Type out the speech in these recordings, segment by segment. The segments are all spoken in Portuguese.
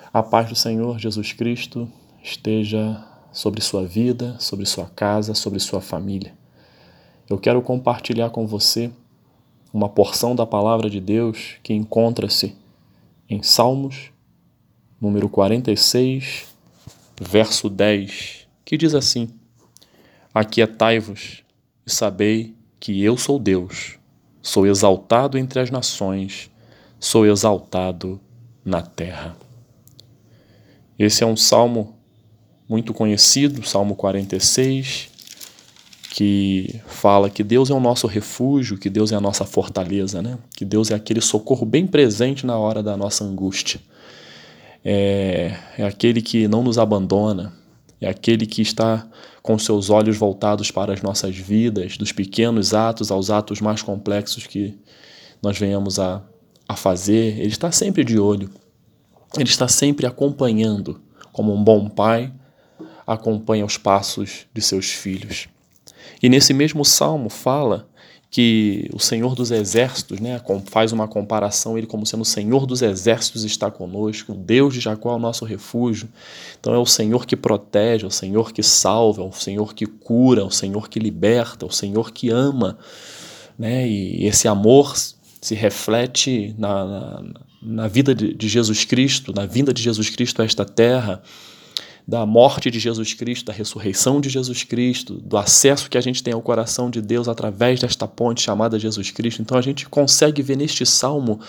A paz do Senhor Jesus Cristo esteja sobre sua vida, sobre sua casa, sobre sua família. Eu quero compartilhar com você uma porção da palavra de Deus que encontra-se em Salmos, número 46, verso 10, que diz assim: Aquietai-vos e sabei que eu sou Deus, sou exaltado entre as nações, sou exaltado na terra. Esse é um salmo muito conhecido, Salmo 46, que fala que Deus é o nosso refúgio, que Deus é a nossa fortaleza, né? Que Deus é aquele socorro bem presente na hora da nossa angústia. É aquele que não nos abandona, é aquele que está com seus olhos voltados para as nossas vidas, dos pequenos atos aos atos mais complexos que nós venhamos a fazer. Ele está sempre de olho, ele está sempre acompanhando, como um bom pai acompanha os passos de seus filhos. E nesse mesmo salmo fala que o Senhor dos Exércitos, né, faz uma comparação, ele como sendo o Senhor dos Exércitos está conosco, o Deus de Jacó é o nosso refúgio. Então é o Senhor que protege, é o Senhor que salva, é o Senhor que cura, é o Senhor que liberta, é o Senhor que ama, né? E esse amor se reflete na vida de Jesus Cristo, na vinda de Jesus Cristo a esta terra, da morte de Jesus Cristo, da ressurreição de Jesus Cristo, do acesso que a gente tem ao coração de Deus através desta ponte chamada Jesus Cristo. Então a gente consegue ver neste salmo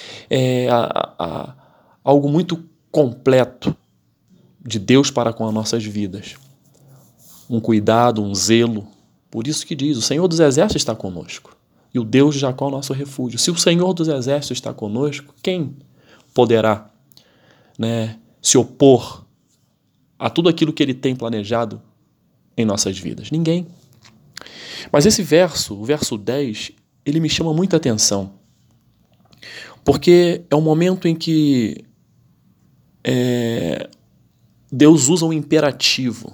algo muito completo de Deus para com as nossas vidas. Um cuidado, um zelo. Por isso que diz, o Senhor dos Exércitos está conosco. E o Deus de Jacó é o nosso refúgio. Se o Senhor dos Exércitos está conosco, quem poderá, né, se opor a tudo aquilo que ele tem planejado em nossas vidas? Ninguém. Mas esse verso, o verso 10, ele me chama muita atenção. Porque é um momento em que Deus usa o imperativo,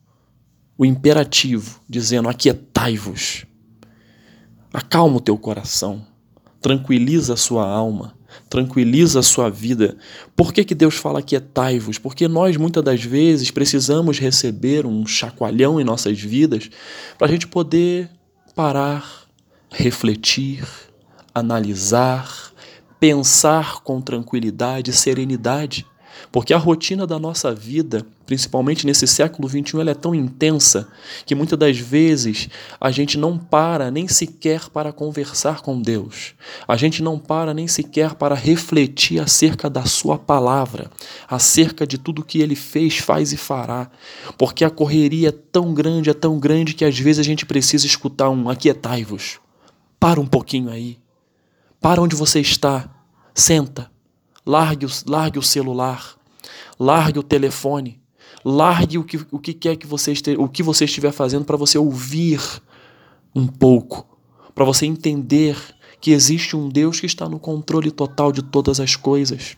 dizendo: aquietai-vos, acalma o teu coração, tranquiliza a sua alma, tranquiliza a sua vida. Por que Deus fala aquietai-vos? Porque nós, muitas das vezes, precisamos receber um chacoalhão em nossas vidas para a gente poder parar, refletir, analisar, pensar com tranquilidade e serenidade. Porque a rotina da nossa vida, principalmente nesse século XXI, ela é tão intensa que muitas das vezes a gente não para nem sequer para conversar com Deus. A gente não para nem sequer para refletir acerca da sua palavra, acerca de tudo que Ele fez, faz e fará. Porque a correria é tão grande que às vezes a gente precisa escutar um aquietai-vos. Para um pouquinho aí. Para onde você está. Senta. Largue o celular, largue o telefone, largue o que quer que você estiver fazendo para você ouvir um pouco, para você entender que existe um Deus que está no controle total de todas as coisas.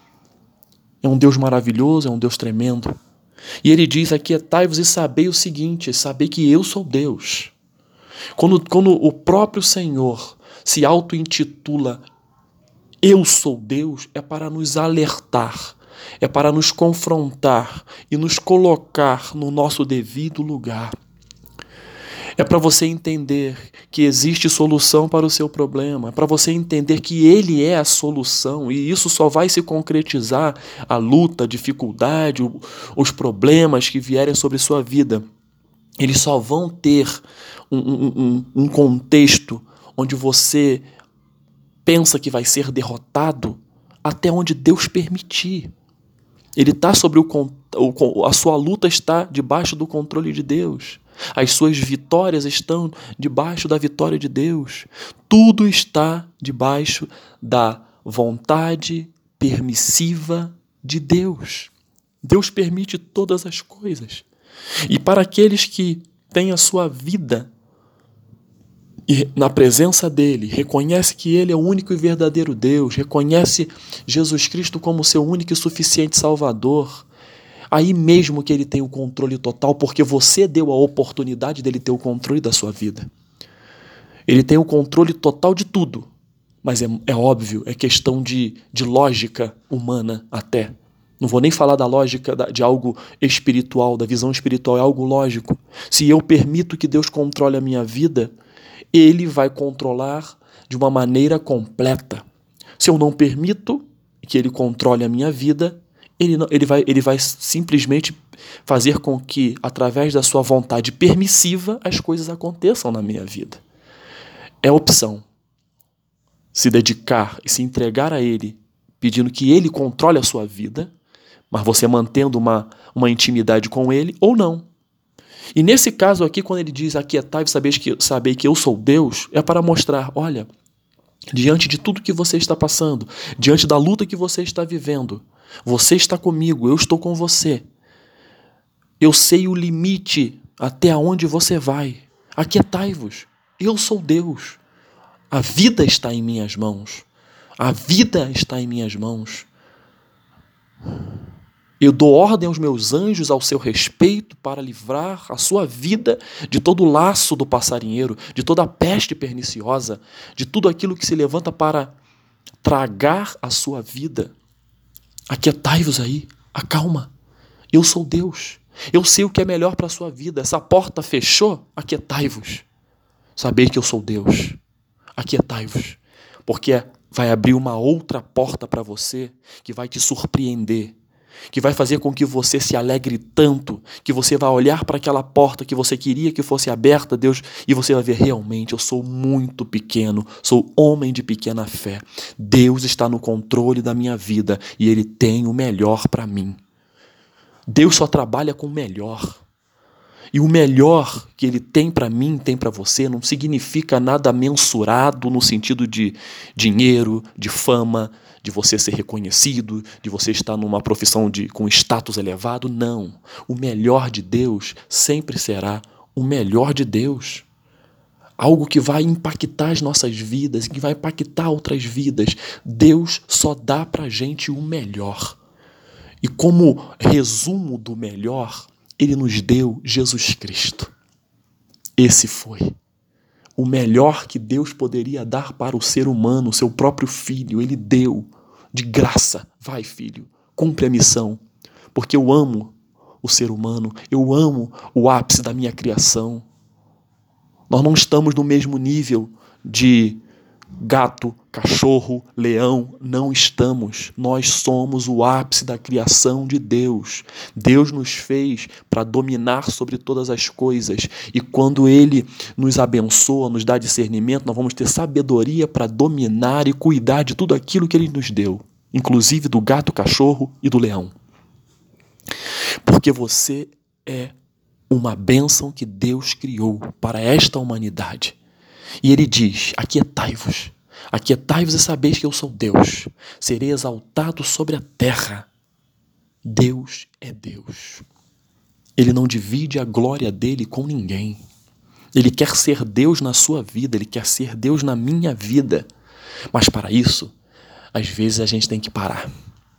É um Deus maravilhoso, é um Deus tremendo. E ele diz: aquietai-vos e sabei o seguinte, sabei que eu sou Deus. Quando o próprio Senhor se auto-intitula Eu sou Deus, é para nos alertar, é para nos confrontar e nos colocar no nosso devido lugar. É para você entender que existe solução para o seu problema, é para você entender que Ele é a solução e isso só vai se concretizar, a luta, a dificuldade, os problemas que vierem sobre sua vida. Eles só vão ter um contexto onde você pensa que vai ser derrotado até onde Deus permitir. Ele está sobre a sua luta está debaixo do controle de Deus. As suas vitórias estão debaixo da vitória de Deus. Tudo está debaixo da vontade permissiva de Deus. Deus permite todas as coisas. E para aqueles que têm a sua vida e na presença dele, reconhece que ele é o único e verdadeiro Deus, reconhece Jesus Cristo como seu único e suficiente Salvador, aí mesmo que ele tem o controle total, porque você deu a oportunidade dele ter o controle da sua vida. Ele tem o controle total de tudo, mas é óbvio, é questão de lógica humana até. Não vou nem falar da lógica de algo espiritual, da visão espiritual, é algo lógico. Se eu permito que Deus controle a minha vida, Ele vai controlar de uma maneira completa. Se eu não permito que Ele controle a minha vida, ele vai simplesmente fazer com que, através da sua vontade permissiva, as coisas aconteçam na minha vida. É opção. Se dedicar e se entregar a Ele, pedindo que Ele controle a sua vida, mas você mantendo uma intimidade com Ele, ou não. E nesse caso aqui, quando ele diz aquietai e saber que eu sou Deus, é para mostrar, olha, diante de tudo que você está passando, diante da luta que você está vivendo, você está comigo, eu estou com você. Eu sei o limite até onde você vai. Aquietai-vos, eu sou Deus. A vida está em minhas mãos. A vida está em minhas mãos. Eu dou ordem aos meus anjos ao seu respeito para livrar a sua vida de todo o laço do passarinheiro, de toda a peste perniciosa, de tudo aquilo que se levanta para tragar a sua vida. Aquietai-vos aí, acalma. Eu sou Deus. Eu sei o que é melhor para a sua vida. Essa porta fechou, aquietai-vos. Sabei que eu sou Deus. Aquietai-vos. Porque vai abrir uma outra porta para você que vai te surpreender, que vai fazer com que você se alegre tanto, que você vai olhar para aquela porta que você queria que fosse aberta, Deus, e você vai ver, realmente, eu sou muito pequeno, sou homem de pequena fé. Deus está no controle da minha vida e Ele tem o melhor para mim. Deus só trabalha com o melhor. E o melhor que Ele tem para mim, tem para você, não significa nada mensurado no sentido de dinheiro, de fama, de você ser reconhecido, de você estar numa profissão com status elevado. Não. O melhor de Deus sempre será o melhor de Deus. Algo que vai impactar as nossas vidas, que vai impactar outras vidas. Deus só dá para a gente o melhor. E como resumo do melhor, Ele nos deu Jesus Cristo. Esse foi o melhor que Deus poderia dar para o ser humano, o seu próprio filho. Ele deu de graça. Vai, filho, cumpre a missão. Porque eu amo o ser humano, eu amo o ápice da minha criação. Nós não estamos no mesmo nível de gato, cachorro, leão, não estamos. Nós somos o ápice da criação de Deus. Deus nos fez para dominar sobre todas as coisas. E quando Ele nos abençoa, nos dá discernimento, nós vamos ter sabedoria para dominar e cuidar de tudo aquilo que Ele nos deu, inclusive do gato, cachorro e do leão. Porque você é uma bênção que Deus criou para esta humanidade. E Ele diz, aquietai-vos e sabeis que eu sou Deus. Serei exaltado sobre a terra. Deus é Deus. Ele não divide a glória dele com ninguém. Ele quer ser Deus na sua vida, Ele quer ser Deus na minha vida. Mas para isso, às vezes a gente tem que parar.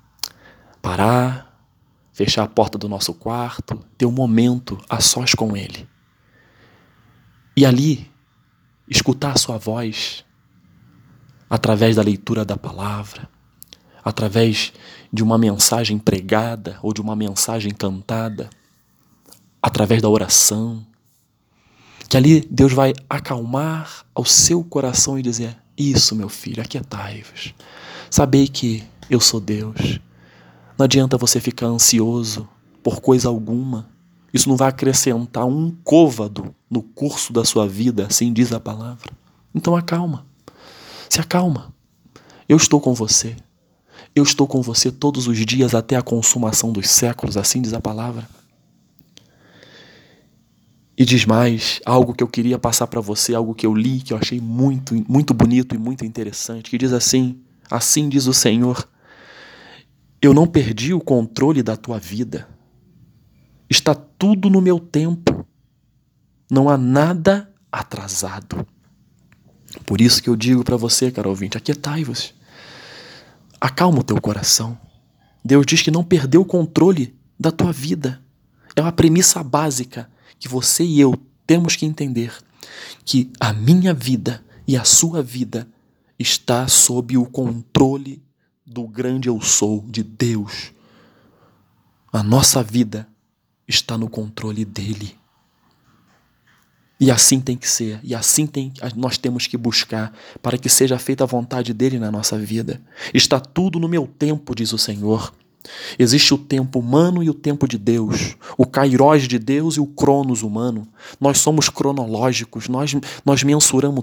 Parar, fechar a porta do nosso quarto, ter um momento a sós com Ele. E ali, escutar a sua voz através da leitura da palavra, através de uma mensagem pregada ou de uma mensagem cantada, através da oração, que ali Deus vai acalmar ao seu coração e dizer, isso, meu filho, aquietai-vos. Sabei que eu sou Deus. Não adianta você ficar ansioso por coisa alguma. Isso não vai acrescentar um côvado no curso da sua vida, assim diz a palavra. Então acalma, se acalma. Eu estou com você. Eu estou com você todos os dias até a consumação dos séculos, assim diz a palavra. E diz mais, algo que eu queria passar para você, algo que eu li, que eu achei muito, muito bonito e muito interessante, que diz assim diz o Senhor, eu não perdi o controle da tua vida. Está tudo no meu tempo. Não há nada atrasado. Por isso que eu digo para você, caro ouvinte, aquietai-vos. Acalma o teu coração. Deus diz que não perdeu o controle da tua vida. É uma premissa básica que você e eu temos que entender. Que a minha vida e a sua vida está sob o controle do grande eu sou, de Deus. A nossa vida está no controle dele. E assim tem que ser, e assim nós temos que buscar, para que seja feita a vontade dele na nossa vida. Está tudo no meu tempo, diz o Senhor. Existe o tempo humano e o tempo de Deus, o Kairos de Deus e o Cronos humano. Nós somos cronológicos, nós mensuramos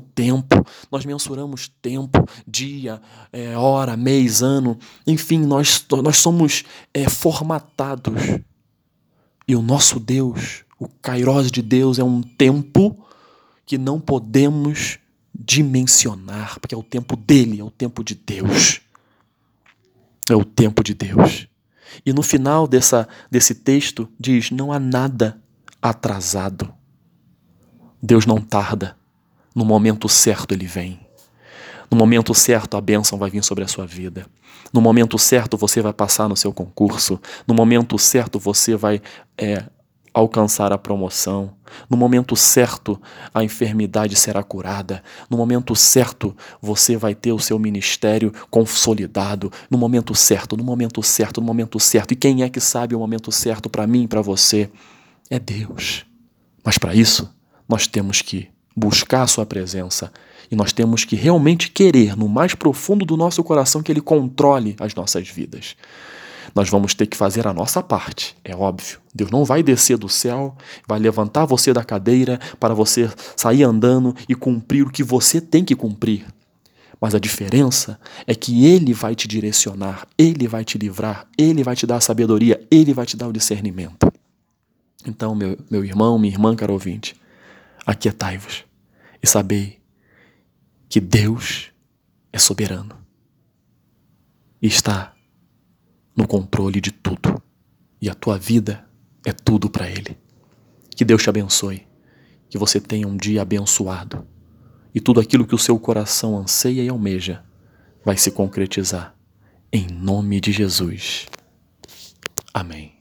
tempo, dia, hora, mês, ano, enfim, nós somos formatados. E o nosso Deus, o Kairos de Deus, é um tempo que não podemos dimensionar, porque é o tempo dele, é o tempo de Deus. É o tempo de Deus. E no final desse texto diz: não há nada atrasado. Deus não tarda. No momento certo ele vem. No momento certo a bênção vai vir sobre a sua vida. No momento certo você vai passar no seu concurso. No momento certo você vai alcançar a promoção. No momento certo a enfermidade será curada. No momento certo você vai ter o seu ministério consolidado. No momento certo, no momento certo, no momento certo. E quem é que sabe o momento certo para mim e para você? É Deus. Mas para isso nós temos que buscar a sua presença e nós temos que realmente querer no mais profundo do nosso coração que ele controle as nossas vidas. Nós vamos ter que fazer a nossa parte, é óbvio. Deus não vai descer do céu, vai levantar você da cadeira para você sair andando e cumprir o que você tem que cumprir. Mas a diferença é que Ele vai te direcionar, Ele vai te livrar, Ele vai te dar a sabedoria, Ele vai te dar o discernimento. Então, meu irmão, minha irmã, caro ouvinte, aquietai-vos e sabei que Deus é soberano e está no controle de tudo. E a tua vida é tudo para Ele. Que Deus te abençoe. Que você tenha um dia abençoado. E tudo aquilo que o seu coração anseia e almeja vai se concretizar. Em nome de Jesus. Amém.